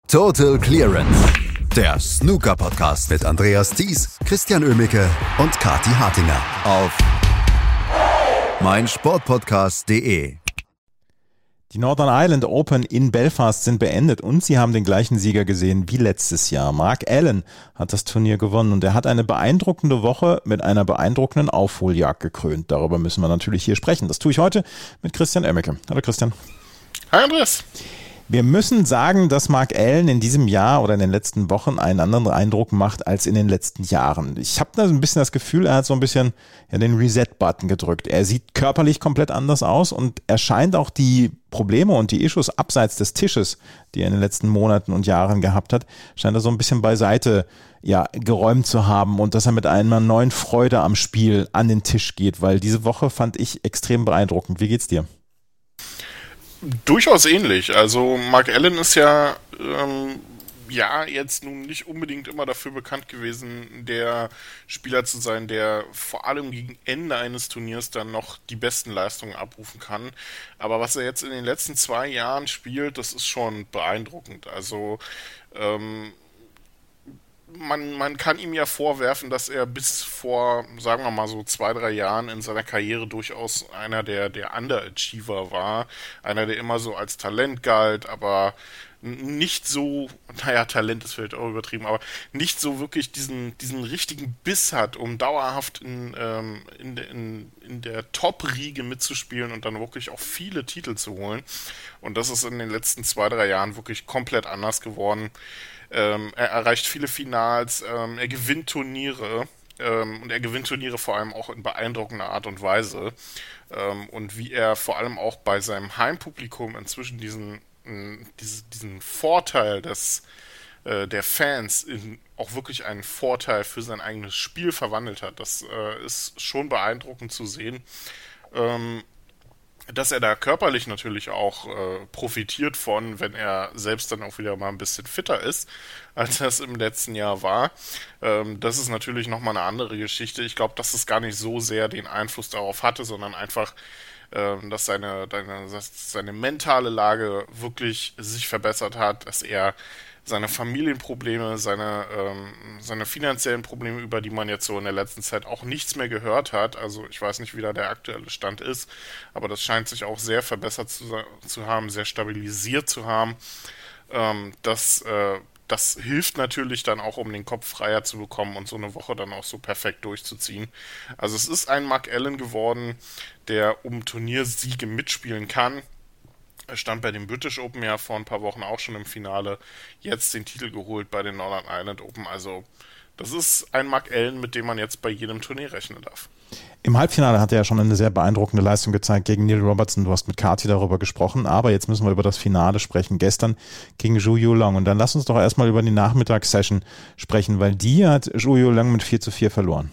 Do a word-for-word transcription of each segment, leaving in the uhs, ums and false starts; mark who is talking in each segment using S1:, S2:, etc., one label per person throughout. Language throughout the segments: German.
S1: Total Clearance, der Snooker-Podcast mit Andreas Thies, Christian Oemicke und Kati Hartinger auf meinsportpodcast punkt de.
S2: Die Northern Ireland Open in Belfast sind beendet und sie haben den gleichen Sieger gesehen wie letztes Jahr. Mark Allen hat das Turnier gewonnen und er hat eine beeindruckende Woche mit einer beeindruckenden Aufholjagd gekrönt. Darüber müssen wir natürlich hier sprechen. Das tue ich heute mit Christian Oemicke. Hallo Christian.
S3: Hi Andreas.
S2: Wir müssen sagen, dass Mark Allen in diesem Jahr oder in den letzten Wochen einen anderen Eindruck macht als in den letzten Jahren. Ich habe da so ein bisschen das Gefühl, er hat so ein bisschen ja, den Reset-Button gedrückt. Er sieht körperlich komplett anders aus und er scheint auch die Probleme und die Issues abseits des Tisches, die er in den letzten Monaten und Jahren gehabt hat, scheint er so ein bisschen beiseite ja, geräumt zu haben und dass er mit einer neuen Freude am Spiel an den Tisch geht, weil diese Woche fand ich extrem beeindruckend. Wie geht's dir?
S3: Durchaus ähnlich. Also Mark Allen ist ja ähm, ja jetzt nun nicht unbedingt immer dafür bekannt gewesen, der Spieler zu sein, der vor allem gegen Ende eines Turniers dann noch die besten Leistungen abrufen kann. Aber was er jetzt in den letzten zwei Jahren spielt, das ist schon beeindruckend. Also ähm, Man, man kann ihm ja vorwerfen, dass er bis vor, sagen wir mal so zwei, drei Jahren in seiner Karriere durchaus einer der, der Underachiever war. Einer, der immer so als Talent galt, aber nicht so, naja, Talent ist vielleicht auch übertrieben, aber nicht so wirklich diesen, diesen richtigen Biss hat, um dauerhaft in, ähm, in, in, in der Top-Riege mitzuspielen und dann wirklich auch viele Titel zu holen. Und das ist in den letzten zwei, drei Jahren wirklich komplett anders geworden. Ähm, er erreicht viele Finals, ähm, er gewinnt Turniere ähm, und er gewinnt Turniere vor allem auch in beeindruckender Art und Weise. Ähm, und wie er vor allem auch bei seinem Heimpublikum inzwischen diesen, mh, diese, diesen Vorteil des, äh, der Fans in auch wirklich einen Vorteil für sein eigenes Spiel verwandelt hat, das äh, ist schon beeindruckend zu sehen. Ähm, Dass er da körperlich natürlich auch äh, profitiert von, wenn er selbst dann auch wieder mal ein bisschen fitter ist, als das im letzten Jahr war. Ähm, das ist natürlich nochmal eine andere Geschichte. Ich glaube, dass es gar nicht so sehr den Einfluss darauf hatte, sondern einfach, ähm, dass seine, seine, dass seine mentale Lage wirklich sich verbessert hat, dass er seine Familienprobleme, seine, ähm, seine finanziellen Probleme, über die man jetzt so in der letzten Zeit auch nichts mehr gehört hat. Also ich weiß nicht, wie da der aktuelle Stand ist, aber das scheint sich auch sehr verbessert zu, zu haben, sehr stabilisiert zu haben. Ähm, das, äh, das hilft natürlich dann auch, um den Kopf freier zu bekommen und so eine Woche dann auch so perfekt durchzuziehen. Also es ist ein Mark Allen geworden, der um Turniersiege mitspielen kann. Er stand bei dem British Open ja vor ein paar Wochen auch schon im Finale, jetzt den Titel geholt bei den Northern Ireland Open. Also das ist ein Mark Allen, mit dem man jetzt bei jedem Turnier rechnen darf.
S2: Im Halbfinale hat er ja schon eine sehr beeindruckende Leistung gezeigt gegen Neil Robertson. Du hast mit Kati darüber gesprochen, aber jetzt müssen wir über das Finale sprechen. Gestern gegen Zhou Yuelong. Und dann lass uns doch erstmal über die Nachmittagssession sprechen, weil die hat Zhou Yuelong mit vier zu vier verloren.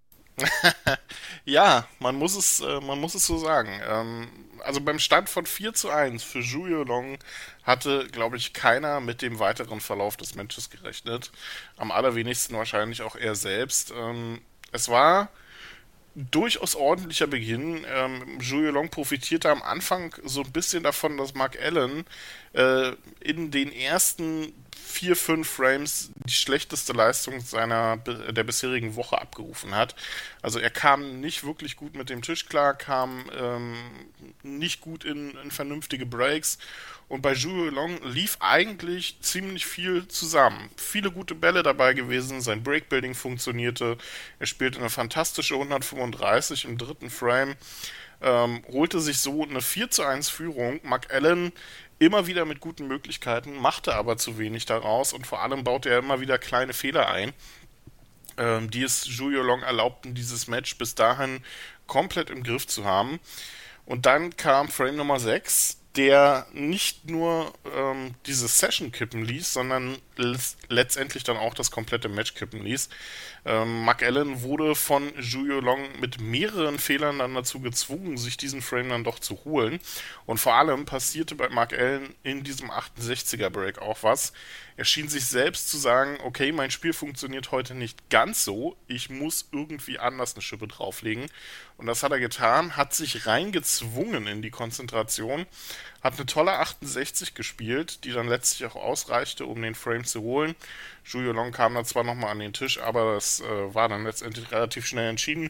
S3: Ja, man muss es, äh, man muss es so sagen. Ähm, also beim Stand von vier zu eins für Zhou Yuelong hatte, glaube ich, keiner mit dem weiteren Verlauf des Matches gerechnet. Am allerwenigsten wahrscheinlich auch er selbst. Ähm, es war durchaus ordentlicher Beginn. Ähm, Zhou Yuelong profitierte am Anfang so ein bisschen davon, dass Mark Allen äh, in den ersten vier, fünf Frames die schlechteste Leistung seiner der bisherigen Woche abgerufen hat. Also er kam nicht wirklich gut mit dem Tisch klar, kam ähm, nicht gut in, in vernünftige Breaks und bei Zhou Yuelong lief eigentlich ziemlich viel zusammen. Viele gute Bälle dabei gewesen, sein Breakbuilding funktionierte, er spielte eine fantastische hundertfünfunddreißig im dritten Frame, ähm, holte sich so eine vier zu eins Führung. Mark Allen immer wieder mit guten Möglichkeiten, machte aber zu wenig daraus und vor allem baute er immer wieder kleine Fehler ein, ähm, die es Zhou Yuelong erlaubten, dieses Match bis dahin komplett im Griff zu haben. Und dann kam Frame Nummer sechs, der nicht nur ähm, diese Session kippen ließ, sondern letztendlich dann auch das komplette Match kippen ließ. Ähm, Mark Allen wurde von Zhou Yuelong mit mehreren Fehlern dann dazu gezwungen, sich diesen Frame dann doch zu holen. Und vor allem passierte bei Mark Allen in diesem achtundsechziger Break auch was. Er schien sich selbst zu sagen, okay, mein Spiel funktioniert heute nicht ganz so, ich muss irgendwie anders eine Schippe drauflegen. Und das hat er getan, hat sich reingezwungen in die Konzentration, hat eine tolle achtundsechzig gespielt, die dann letztlich auch ausreichte, um den Frame zu holen. Zhu Yuelong kam dann zwar nochmal an den Tisch, aber das äh, war dann letztendlich relativ schnell entschieden.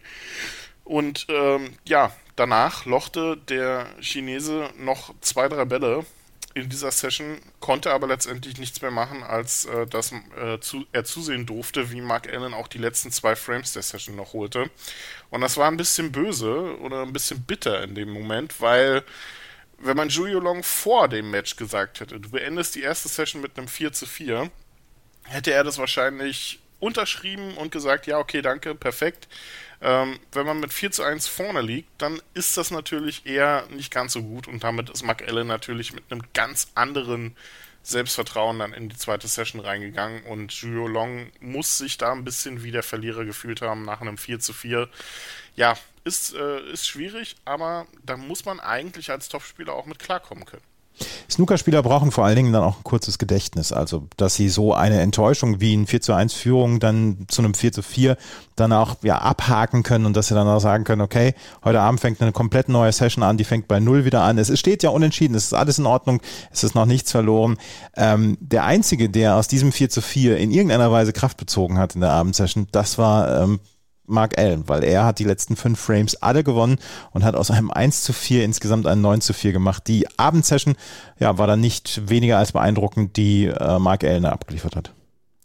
S3: Und ähm, ja, danach lochte der Chinese noch zwei, drei Bälle in dieser Session, konnte aber letztendlich nichts mehr machen, als äh, dass äh, zu, er zusehen durfte, wie Mark Allen auch die letzten zwei Frames der Session noch holte. Und das war ein bisschen böse oder ein bisschen bitter in dem Moment, weil wenn man Zhu Yuelong vor dem Match gesagt hätte, du beendest die erste Session mit einem vier zu vier, hätte er das wahrscheinlich unterschrieben und gesagt, ja, okay, danke, perfekt. Ähm, wenn man mit vier zu eins vorne liegt, dann ist das natürlich eher nicht ganz so gut und damit ist Mark Allen natürlich mit einem ganz anderen Selbstvertrauen dann in die zweite Session reingegangen und Zhu Yuelong muss sich da ein bisschen wie der Verlierer gefühlt haben nach einem vier zu vier. Ja, ist, äh, ist schwierig, aber da muss man eigentlich als Topspieler auch mit klarkommen können.
S2: Snookerspieler brauchen vor allen Dingen dann auch ein kurzes Gedächtnis, also dass sie so eine Enttäuschung wie ein vier zu eins Führung dann zu einem vier zu vier dann auch ja, abhaken können und dass sie dann auch sagen können, okay, heute Abend fängt eine komplett neue Session an, die fängt bei null wieder an. Es steht ja unentschieden, es ist alles in Ordnung, es ist noch nichts verloren. Ähm, der Einzige, der aus diesem vier zu vier in irgendeiner Weise Kraft bezogen hat in der Abendsession, das war ähm, Mark Allen, weil er hat die letzten fünf Frames alle gewonnen und hat aus einem eins zu vier insgesamt ein neun zu vier gemacht. Die Abendsession ja, war dann nicht weniger als beeindruckend, die äh, Mark Allen abgeliefert hat.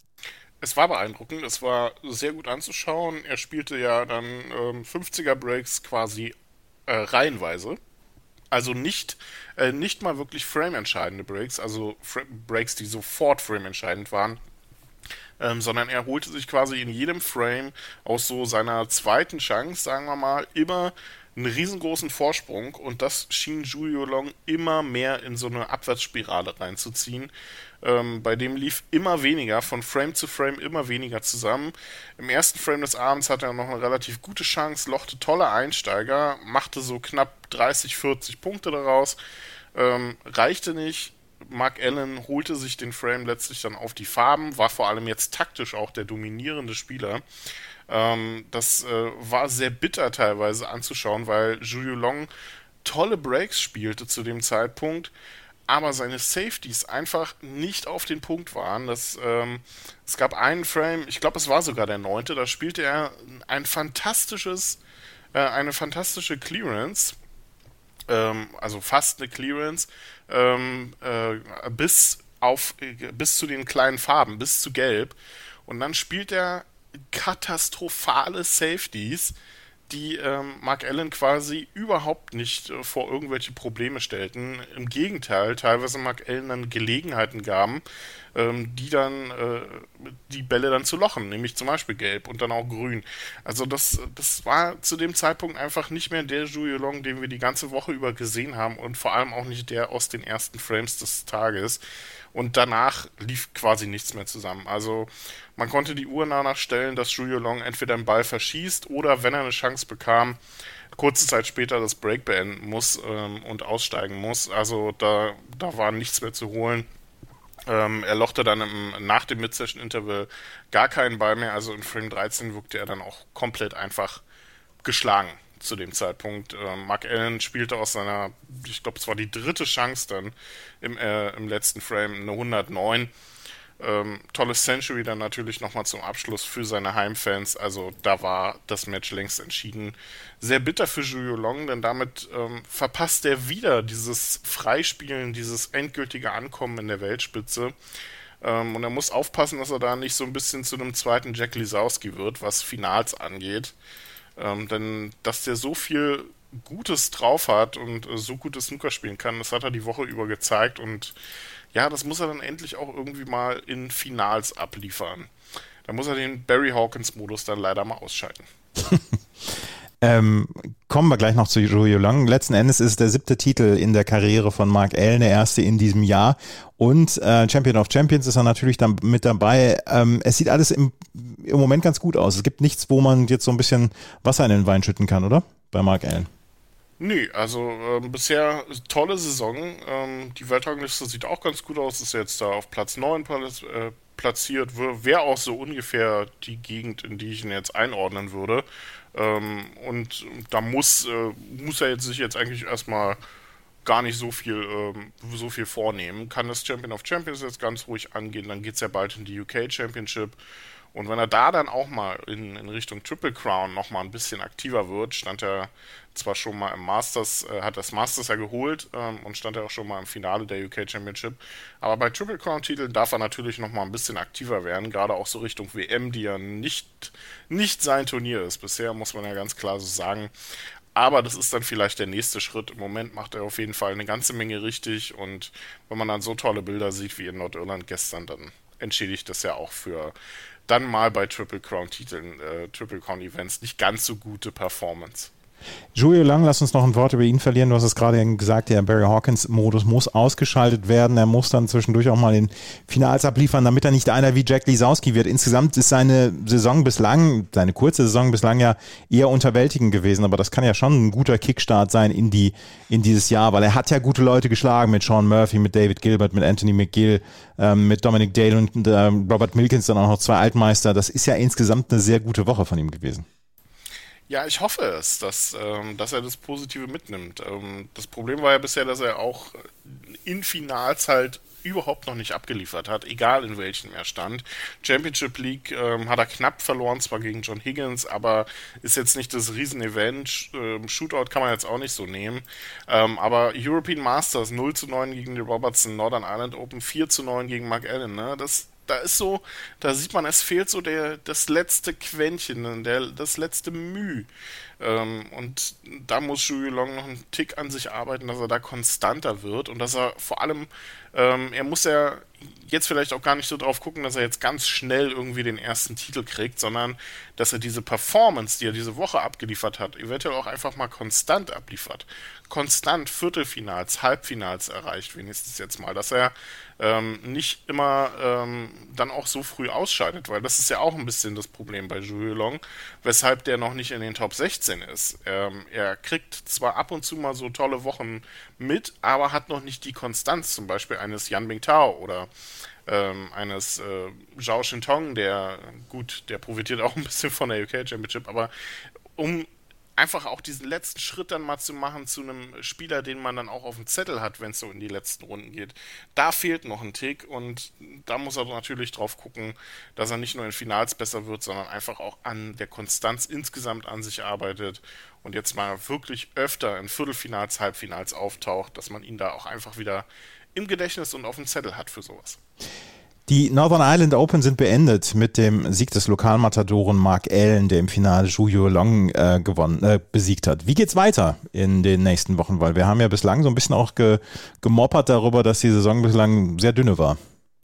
S3: Es war beeindruckend, es war sehr gut anzuschauen. Er spielte ja dann ähm, fünfziger Breaks quasi äh, reihenweise. Also nicht, äh, nicht mal wirklich frame-entscheidende Breaks, also Fra- Breaks, die sofort frame-entscheidend waren. Ähm, sondern er holte sich quasi in jedem Frame aus so seiner zweiten Chance, sagen wir mal, immer einen riesengroßen Vorsprung und das schien Zhu Yuelong immer mehr in so eine Abwärtsspirale reinzuziehen. Ähm, bei dem lief immer weniger, von Frame zu Frame immer weniger zusammen. Im ersten Frame des Abends hatte er noch eine relativ gute Chance, lochte tolle Einsteiger, machte so knapp dreißig, vierzig Punkte daraus, ähm, reichte nicht. Mark Allen holte sich den Frame letztlich dann auf die Farben, war vor allem jetzt taktisch auch der dominierende Spieler. Ähm, das äh, war sehr bitter teilweise anzuschauen, weil Zhu Yuelong tolle Breaks spielte zu dem Zeitpunkt, aber seine Safeties einfach nicht auf den Punkt waren. Das, ähm, es gab einen Frame, ich glaube es war sogar der neunte, da spielte er ein fantastisches, äh, eine fantastische Clearance, ähm, also fast eine Clearance, ähm, äh, bis auf, äh, bis zu den kleinen Farben, bis zu Gelb. Und dann spielt er katastrophale Safeties, die ähm, Mark Allen quasi überhaupt nicht äh, vor irgendwelche Probleme stellten. Im Gegenteil, teilweise Mark Allen dann Gelegenheiten gaben, ähm, die dann äh, die Bälle dann zu lochen, nämlich zum Beispiel gelb und dann auch grün. Also das, das war zu dem Zeitpunkt einfach nicht mehr der Zhu Yuelong, den wir die ganze Woche über gesehen haben und vor allem auch nicht der aus den ersten Frames des Tages. Und danach lief quasi nichts mehr zusammen. Also man konnte die Uhr danach stellen, dass Zhu Yuelong entweder einen Ball verschießt oder, wenn er eine Chance bekam, kurze Zeit später das Break beenden muss ähm, und aussteigen muss. Also da, da war nichts mehr zu holen. Ähm, er lochte dann im, nach dem Mid-Session-Interval gar keinen Ball mehr. Also in Frame dreizehn wirkte er dann auch komplett einfach geschlagen zu dem Zeitpunkt. Ähm, Mark Allen spielte aus seiner, ich glaube, es war die dritte Chance dann im, äh, im letzten Frame, eine hundertneun. Ähm, tolles Century dann natürlich nochmal zum Abschluss für seine Heimfans. Also da war das Match längst entschieden. Sehr bitter für Zhu Yuelong, denn damit ähm, verpasst er wieder dieses Freispielen, dieses endgültige Ankommen in der Weltspitze. Ähm, und er muss aufpassen, dass er da nicht so ein bisschen zu einem zweiten Jack Lisowski wird, was Finals angeht. Ähm, denn dass der so viel Gutes drauf hat und äh, so gutes Snooker spielen kann, das hat er die Woche über gezeigt und ja, das muss er dann endlich auch irgendwie mal in Finals abliefern. Da muss er den Barry Hawkins-Modus dann leider mal ausschalten.
S2: Ähm, kommen wir gleich noch zu Zhu Yuelong. Letzten Endes ist es der siebte Titel in der Karriere von Mark Allen, der erste in diesem Jahr. Und äh, Champion of Champions ist er natürlich dann mit dabei. Ähm, es sieht alles im, im Moment ganz gut aus. Es gibt nichts, wo man jetzt so ein bisschen Wasser in den Wein schütten kann, oder? Bei Mark Allen.
S3: Nö, also ähm, bisher tolle Saison. Ähm, die Weltrangliste sieht auch ganz gut aus. Ist jetzt da auf Platz neun äh, platziert. Wäre auch so ungefähr die Gegend, in die ich ihn jetzt einordnen würde. Ähm, und da muss, äh, muss er jetzt sich jetzt eigentlich erstmal gar nicht so viel, ähm, so viel vornehmen. Kann das Champion of Champions jetzt ganz ruhig angehen, dann geht es ja bald in die U K Championship. Und wenn er da dann auch mal in, in Richtung Triple Crown nochmal ein bisschen aktiver wird, stand er zwar schon mal im Masters, äh, hat das Masters ja geholt ähm, und stand er auch schon mal im Finale der U K Championship, aber bei Triple Crown Titeln darf er natürlich nochmal ein bisschen aktiver werden, gerade auch so Richtung W M, die ja nicht, nicht sein Turnier ist. Bisher muss man ja ganz klar so sagen. Aber das ist dann vielleicht der nächste Schritt. Im Moment macht er auf jeden Fall eine ganze Menge richtig und wenn man dann so tolle Bilder sieht wie in Nordirland gestern, dann entschädigt das ja auch für dann mal bei Triple Crown Titeln, äh, Triple Crown Events nicht ganz so gute Performance.
S2: Zhu Yuelong, lass uns noch ein Wort über ihn verlieren. Du hast es gerade gesagt, der Barry Hawkins-Modus muss ausgeschaltet werden. Er muss dann zwischendurch auch mal den Finals abliefern, damit er nicht einer wie Jack Lisowski wird. Insgesamt ist seine Saison bislang, seine kurze Saison bislang ja eher unterwältigend gewesen, aber das kann ja schon ein guter Kickstart sein in die in dieses Jahr, weil er hat ja gute Leute geschlagen mit Sean Murphy, mit David Gilbert, mit Anthony McGill, ähm, mit Dominic Dale und äh, Robert Milkins, dann auch noch zwei Altmeister. Das ist ja insgesamt eine sehr gute Woche von ihm gewesen.
S3: Ja, ich hoffe es, dass, ähm, dass er das Positive mitnimmt. Ähm, das Problem war ja bisher, dass er auch in Finals halt überhaupt noch nicht abgeliefert hat, egal in welchem er stand. Championship League ähm, hat er knapp verloren, zwar gegen John Higgins, aber ist jetzt nicht das Riesen-Event. Ähm, Shootout kann man jetzt auch nicht so nehmen. Ähm, aber European Masters null zu neun gegen die Robertson, Northern Ireland Open vier zu neun gegen Mark Allen, ne? Das Da ist so, da sieht man, es fehlt so der, das letzte Quäntchen, der, das letzte Müh. Ähm, und da muss Zhu Yuelong noch einen Tick an sich arbeiten, dass er da konstanter wird und dass er vor allem, ähm, er muss ja jetzt vielleicht auch gar nicht so drauf gucken, dass er jetzt ganz schnell irgendwie den ersten Titel kriegt, sondern dass er diese Performance, die er diese Woche abgeliefert hat, eventuell auch einfach mal konstant abliefert. Konstant Viertelfinals, Halbfinals erreicht wenigstens jetzt mal, dass er ähm, nicht immer ähm, dann auch so früh ausscheidet, weil das ist ja auch ein bisschen das Problem bei Zhu Yuelong, weshalb der noch nicht in den Top sechzehn ist. Ähm, er kriegt zwar ab und zu mal so tolle Wochen mit, aber hat noch nicht die Konstanz, zum Beispiel eines Yan Bingtao oder ähm, eines äh, Zhao Shintong, der, gut, der profitiert auch ein bisschen von der U K Championship, aber um einfach auch diesen letzten Schritt dann mal zu machen zu einem Spieler, den man dann auch auf dem Zettel hat, wenn es so in die letzten Runden geht. Da fehlt noch ein Tick und da muss er natürlich drauf gucken, dass er nicht nur in Finals besser wird, sondern einfach auch an der Konstanz insgesamt an sich arbeitet und jetzt mal wirklich öfter in Viertelfinals, Halbfinals auftaucht, dass man ihn da auch einfach wieder im Gedächtnis und auf dem Zettel hat für sowas.
S2: Die Northern Ireland Open sind beendet mit dem Sieg des Lokalmatadoren Mark Allen, der im Finale Zhu Yuelong äh, gewonnen, äh, besiegt hat. Wie geht's weiter in den nächsten Wochen? Weil wir haben ja bislang so ein bisschen auch ge, gemoppert darüber, dass die Saison bislang sehr dünne war.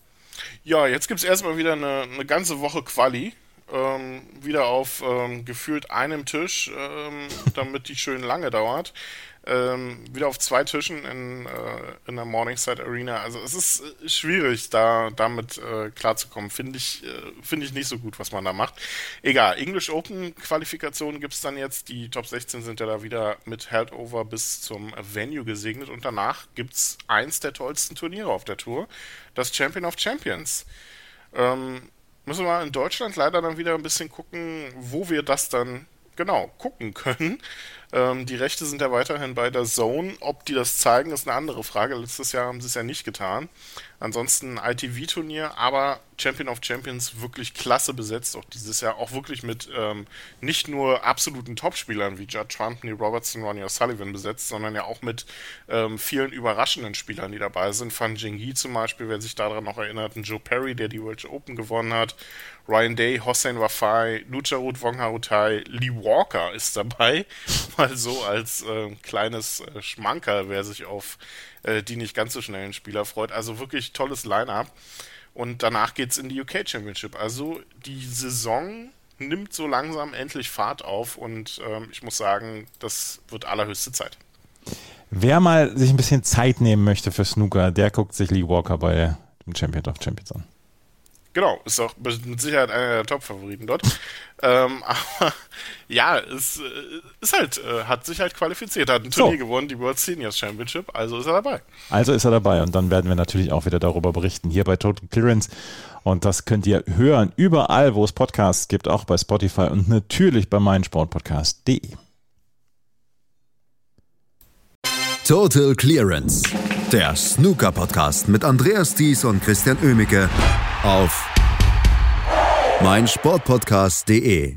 S3: Ja, jetzt gibt's erstmal wieder eine, eine ganze Woche Quali. Ähm, wieder auf ähm, gefühlt einem Tisch, ähm, damit die schön lange dauert. Ähm, wieder auf zwei Tischen in, äh, in der Morningside Arena. Also es ist äh, schwierig, da damit äh, klarzukommen. Finde ich, äh, finde ich nicht so gut, was man da macht. Egal, English Open Qualifikationen gibt es dann jetzt. Die Top sechzehn sind ja da wieder mit Haldover bis zum Venue gesegnet und danach gibt es eins der tollsten Turniere auf der Tour, das Champion of Champions. Ähm, müssen wir in Deutschland leider dann wieder ein bisschen gucken, wo wir das dann genau gucken können. Ähm, die Rechte sind ja weiterhin bei der Zone. Ob die das zeigen, ist eine andere Frage. Letztes Jahr haben sie es ja nicht getan. Ansonsten ein I T V-Turnier, aber Champion of Champions wirklich klasse besetzt. Auch dieses Jahr auch wirklich mit ähm, nicht nur absoluten Topspielern wie Judd Trump, Neil Robertson, Ronnie O'Sullivan besetzt, sondern ja auch mit ähm, vielen überraschenden Spielern, die dabei sind. Fan Jingyi zum Beispiel, wer sich daran noch erinnert, ein Joe Perry, der die World Open gewonnen hat, Ryan Day, Hossein Wafai, Nucharut Wongharutai, Lee Walker ist dabei. Mal so als äh, kleines äh, Schmankerl, wer sich auf äh, die nicht ganz so schnellen Spieler freut. Also wirklich tolles Line-Up. Und danach geht's in die U K Championship. Also die Saison nimmt so langsam endlich Fahrt auf und ähm, ich muss sagen, das wird allerhöchste Zeit.
S2: Wer mal sich ein bisschen Zeit nehmen möchte für Snooker, der guckt sich Lee Walker bei dem Champion of Champions an.
S3: Genau, ist auch mit Sicherheit einer der Top-Favoriten dort. ähm, aber ja, es ist halt, hat sich halt qualifiziert, hat ein Turnier so gewonnen, die World Seniors Championship, also ist er dabei.
S2: Also ist er dabei und dann werden wir natürlich auch wieder darüber berichten, hier bei Total Clearance. Und das könnt ihr hören, überall, wo es Podcasts gibt, auch bei Spotify und natürlich bei meinsportpodcast punkt de.
S1: Total Clearance, der Snooker-Podcast mit Andreas Thies und Christian Oemicke auf meinsportpodcast punkt de.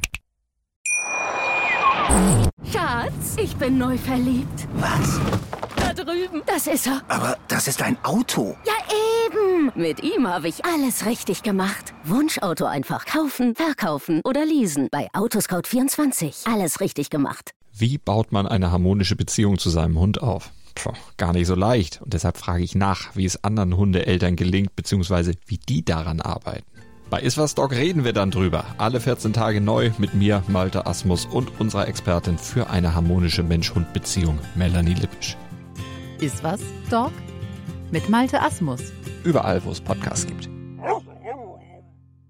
S4: Schatz, ich bin neu verliebt.
S5: Was?
S4: Da drüben. Das ist er.
S5: Aber das ist ein Auto.
S4: Ja, eben. Mit ihm habe ich alles richtig gemacht. Wunschauto einfach kaufen, verkaufen oder leasen. Bei Autoscout vierundzwanzig. Alles richtig gemacht.
S6: Wie baut man eine harmonische Beziehung zu seinem Hund auf? Puh, gar nicht so leicht. Und deshalb frage ich nach, wie es anderen Hundeeltern gelingt, beziehungsweise wie die daran arbeiten. Bei Iswas Dog reden wir dann drüber. Alle vierzehn Tage neu mit mir, Malte Asmus, und unserer Expertin für eine harmonische Mensch-Hund-Beziehung, Melanie Lippisch.
S7: Iswas Dog mit Malte Asmus.
S6: Überall, wo es Podcasts gibt.